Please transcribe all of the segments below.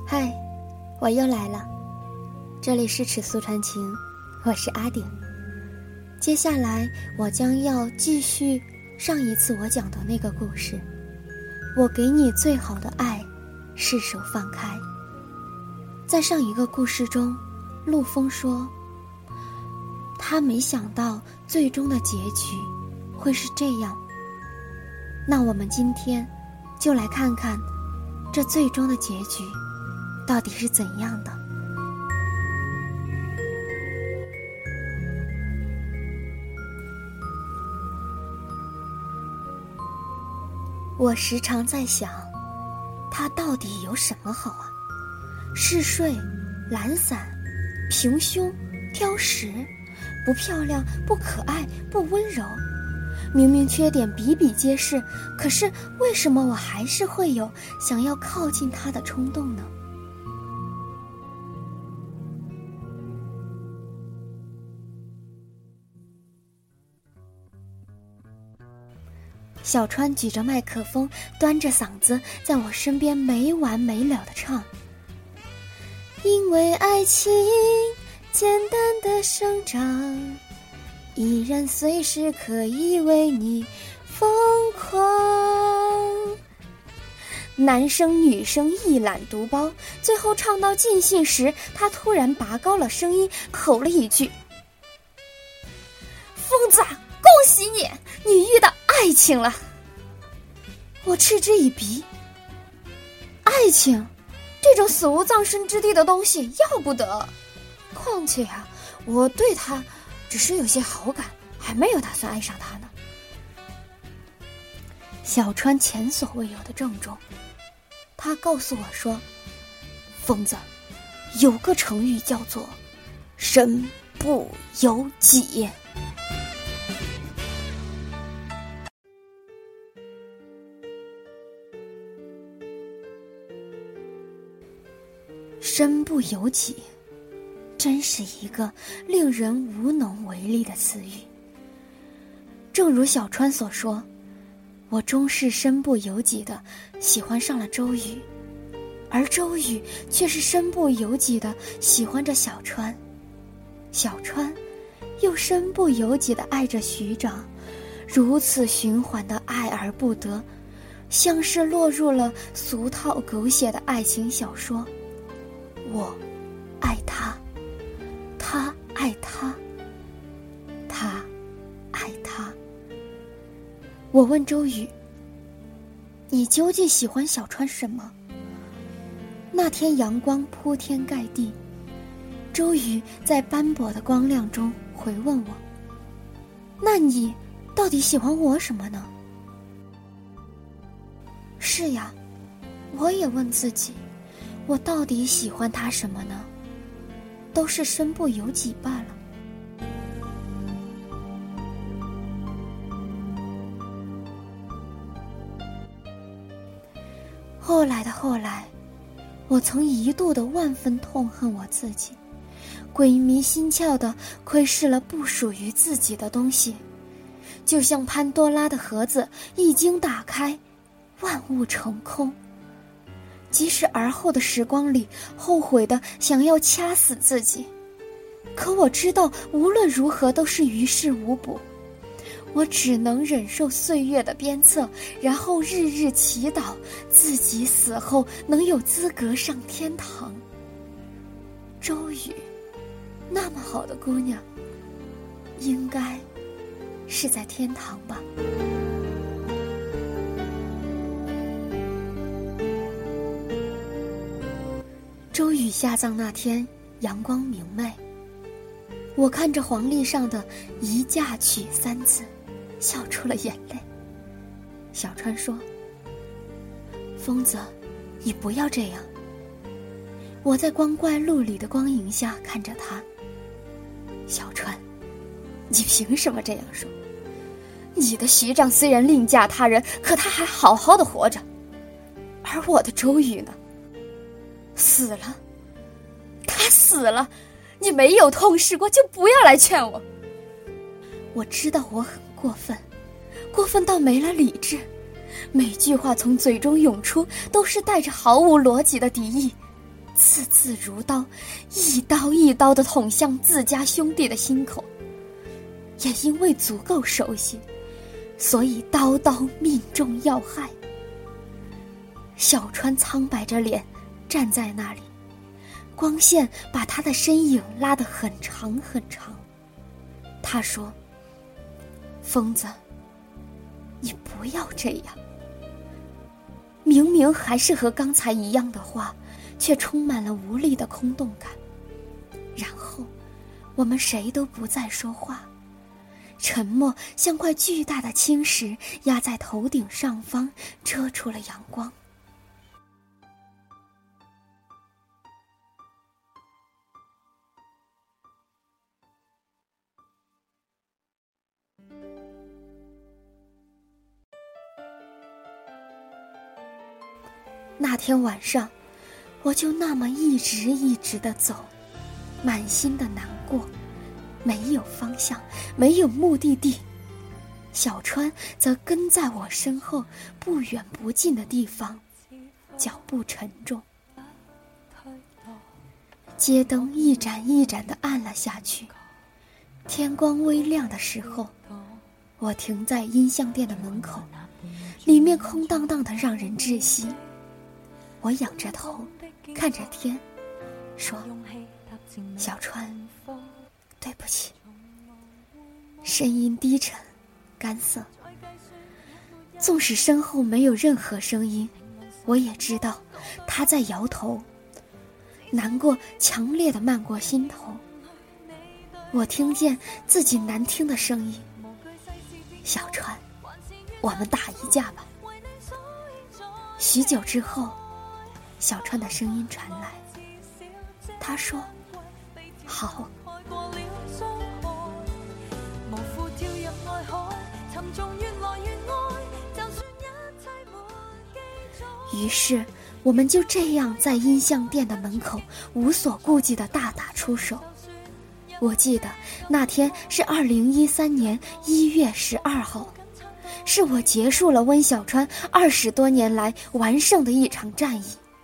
嗨，我又来了，这里是尺素传情，我是阿顶。接下来我将要继续上一次我讲的那个故事，我给你最好的爱，释手放开。在上一个故事中，陆枫说他没想到最终的结局会是这样。那我们今天就来看看这最终的结局到底是怎样的。我时常在想，他到底有什么好啊？嗜睡、懒散、平胸、挑食，不漂亮，不可爱，不温柔，明明缺点比比皆是，可是为什么我还是会有想要靠近他的冲动呢？小川举着麦克风，端着嗓子在我身边没完没了地唱。因为爱情简单的生长，依然随时可以为你疯狂。男生女生一览独包，最后唱到尽兴时，他突然拔高了声音，吼了一句：疯子，恭喜你，你遇到爱情了。我嗤之以鼻，爱情这种死无葬身之地的东西要不得，况且啊，我对他只是有些好感，还没有打算爱上他呢。小川前所未有的郑重，他告诉我说，疯子，有个成语叫做身不由己。身不由己，真是一个令人无能为力的词语。正如小川所说，我终是身不由己的喜欢上了周瑜，而周瑜却是身不由己的喜欢着小川，小川又身不由己的爱着徐长，如此循环的爱而不得，像是落入了俗套狗血的爱情小说。我爱他，他爱他，他爱他。我问周瑜，你究竟喜欢小川什么？那天阳光铺天盖地，周瑜在斑驳的光亮中回问我，那你到底喜欢我什么呢？是呀，我也问自己，我到底喜欢他什么呢？都是身不由己罢了。后来的后来，我曾一度的万分痛恨我自己，鬼迷心窍的窥视了不属于自己的东西，就像潘多拉的盒子一经打开，万物成空。即使而后的时光里后悔的想要掐死自己，可我知道无论如何都是于事无补，我只能忍受岁月的鞭策，然后日日祈祷自己死后能有资格上天堂。周瑜，那么好的姑娘，应该是在天堂吧。周瑜下葬那天，阳光明媚，我看着黄历上的一嫁娶3字，笑出了眼泪。小川说，疯子，你不要这样。我在光怪陆离的光影下看着他。小川，你凭什么这样说？你的徐长虽然另嫁他人，可他还好好的活着，而我的周瑜呢？死了，他死了，你没有痛失过就不要来劝我。我知道我很过分，过分到没了理智，每句话从嘴中涌出都是带着毫无逻辑的敌意， 刺刺如刀，一刀一刀地捅向自家兄弟的心口。也因为足够熟悉，所以刀刀命中要害。小川苍白着脸站在那里，光线把他的身影拉得很长很长。他说：疯子，你不要这样。明明还是和刚才一样的话，却充满了无力的空洞感。然后我们谁都不再说话，沉默像块巨大的青石压在头顶上方，遮住了阳光。那天晚上，我就那么一直地走，满心的难过，没有方向，没有目的地。小川则跟在我身后不远不近的地方，脚步沉重。街灯一盏一盏地暗了下去，天光微亮的时候，我停在音像店的门口，里面空荡荡的让人窒息。我仰着头看着天，说：小川，对不起。声音低沉干涩，纵使身后没有任何声音，我也知道他在摇头。难过强烈地漫过心头，我听见自己难听的声音：小川，我们打一架吧。许久之后，小川的声音传来，他说：好。于是我们就这样在音像店的门口无所顾忌地大打出手。我记得那天是2013年1月12号，是我结束了温小川20多年来完胜的一场战役。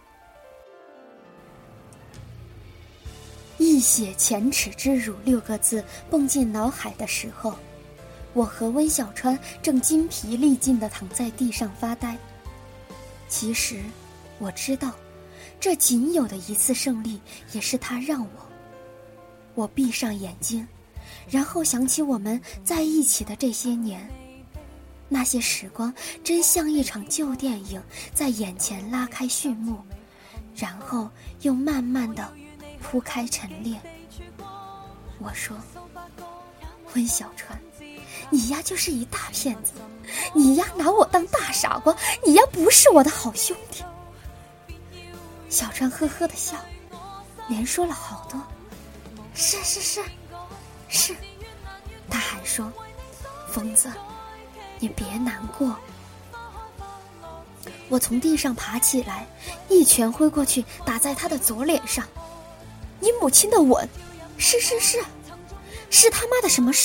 一血前耻之辱6个字蹦进脑海的时候，我和温小川正筋疲力尽地躺在地上发呆。其实我知道，这仅有的一次胜利也是他让我闭上眼睛，然后想起我们在一起的这些年，那些时光真像一场旧电影在眼前拉开序幕，然后又慢慢地铺开陈列。我说：温小川，你呀就是一大骗子，你呀拿我当大傻瓜，你呀不是我的好兄弟。小川呵呵地笑，连说了好多是。他还说：疯子，你别难过。我从地上爬起来，一拳挥过去打在他的左脸上。你母亲的吻，是他妈的什么事？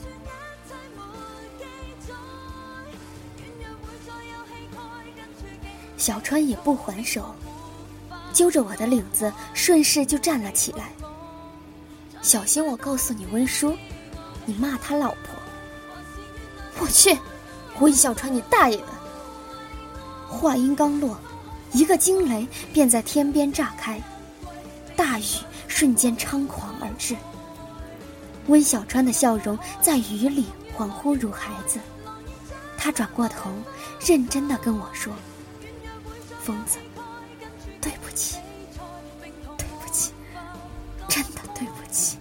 小川也不还手，揪着我的领子顺势就站了起来。小心我告诉你温叔，你骂他老婆。我去，温小川你大爷的！话音刚落，一个惊雷便在天边炸开，大雨瞬间猖狂而至。温小川的笑容在雨里恍惚如孩子，他转过头认真地跟我说：疯子，对不起，真的对不起。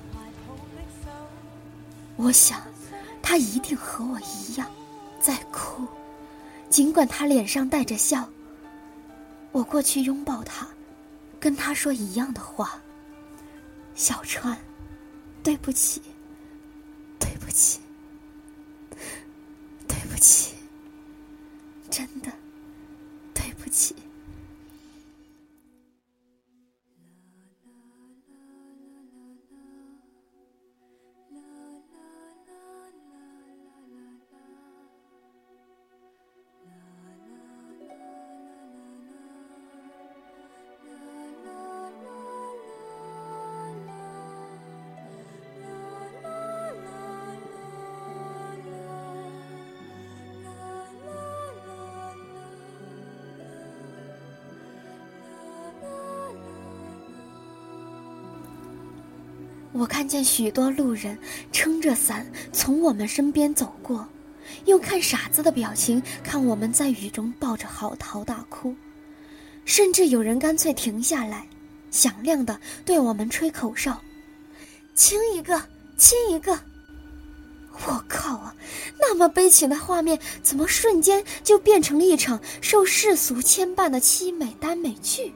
我想他一定和我一样在哭，尽管他脸上带着笑。我过去拥抱他，跟他说一样的话：小川，对不起，真的对不起。 我看见许多路人撑着伞从我们身边走过，用看傻子的表情看我们在雨中抱着嚎啕大哭，甚至有人干脆停下来，响亮地对我们吹口哨，亲一个，亲一个。我靠啊，那么悲情的画面怎么瞬间就变成了一场受世俗牵绊的凄美耽美剧？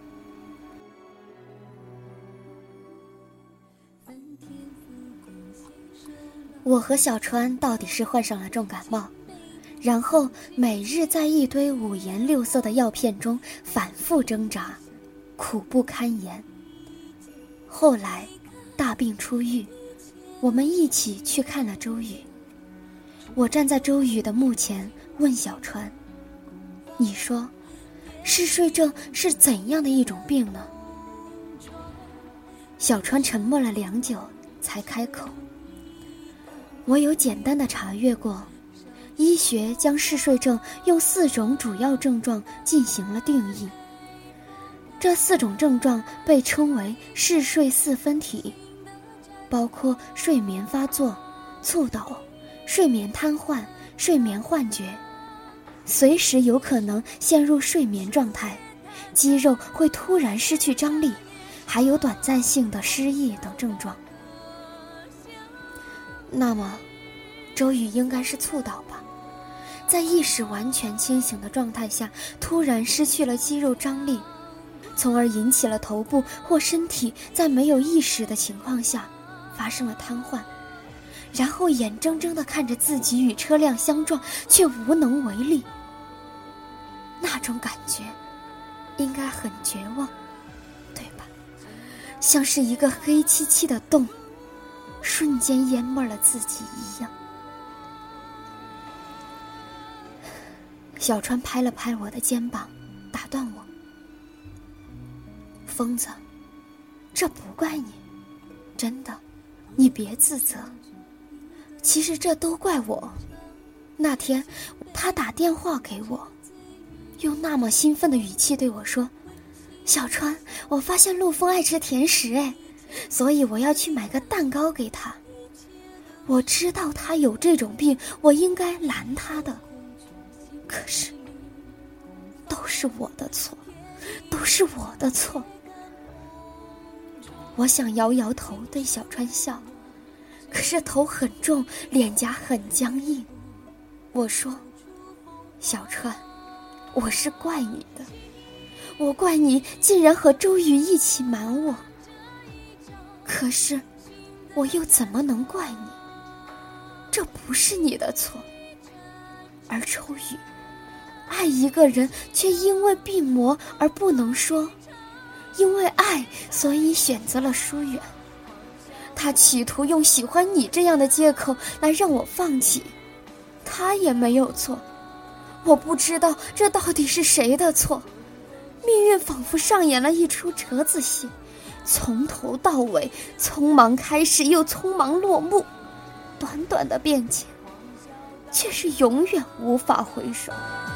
我和小川到底是患上了重感冒，然后每日在一堆五颜六色的药片中反复挣扎，苦不堪言。后来大病初愈，我们一起去看了周宇。我站在周宇的墓前问小川，你说嗜睡症是怎样的一种病呢？小川沉默了良久才开口，我有简单的查阅过，医学将嗜睡症用4种主要症状进行了定义。这4种症状被称为嗜睡4分体，包括睡眠发作、猝倒、睡眠瘫痪、睡眠幻觉，随时有可能陷入睡眠状态，肌肉会突然失去张力，还有短暂性的失忆等症状。那么周宇应该是猝倒吧，在意识完全清醒的状态下突然失去了肌肉张力，从而引起了头部或身体在没有意识的情况下发生了瘫痪，然后眼睁睁地看着自己与车辆相撞却无能为力。那种感觉应该很绝望，对吧？像是一个黑漆漆的洞瞬间淹没了自己一样。小川拍了拍我的肩膀，打断我，疯子，这不怪你，真的，你别自责。其实这都怪我。那天他打电话给我，用那么兴奋的语气对我说，小川，我发现陆枫爱吃甜食所以我要去买个蛋糕给他。我知道他有这种病，我应该拦他的，可是都是我的错，都是我的错。我想摇摇头对小川笑，可是头很重，脸颊很僵硬。我说，小川，我是怪你的，我怪你竟然和周瑜一起瞒我，可是我又怎么能怪你？这不是你的错。而周瑜爱一个人，却因为病魔而不能说，因为爱，所以选择了疏远。他企图用喜欢你这样的借口来让我放弃，他也没有错。我不知道这到底是谁的错。命运仿佛上演了一出折子戏，从头到尾，匆忙开始又匆忙落幕，短短的变迁，却是永远无法回首。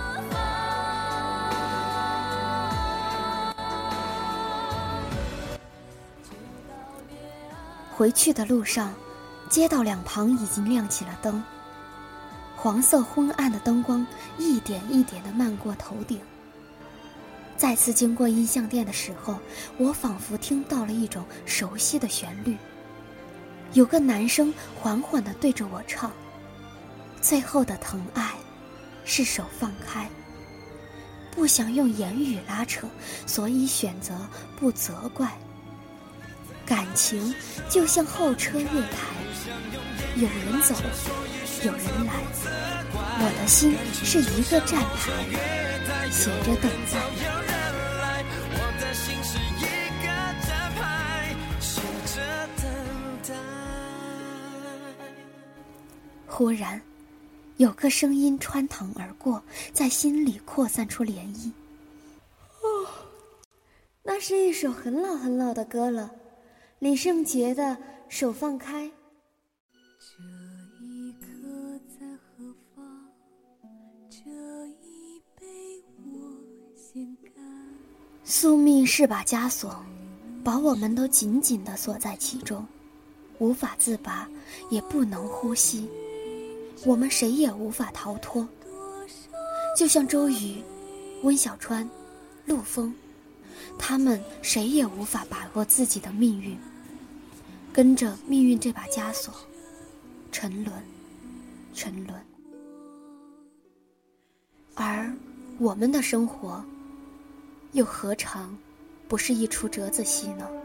回去的路上，街道两旁已经亮起了灯，黄色昏暗的灯光一点一点地漫过头顶。再次经过音像店的时候，我仿佛听到了一种熟悉的旋律，有个男生缓缓地对着我唱，最后的疼爱是手放开，不想用言语拉扯，所以选择不责怪。感情就像候车月台，有人走，有人来，我的心是一个站牌，写着等待。忽然有个声音穿堂而过，在心里扩散出涟漪。那是一首很老很老的歌了，李圣杰的《手放开》。 这一刻在何方？这一杯我先干。 宿命是把枷锁，把我们都紧紧地锁在其中。 无法自拔，也不能呼吸，我们谁也无法逃脱。就像周瑜、温小川、陆枫，他们谁也无法把握自己的命运，跟着命运这把枷锁沉沦沉沦。而我们的生活又何尝不是一出折子戏呢？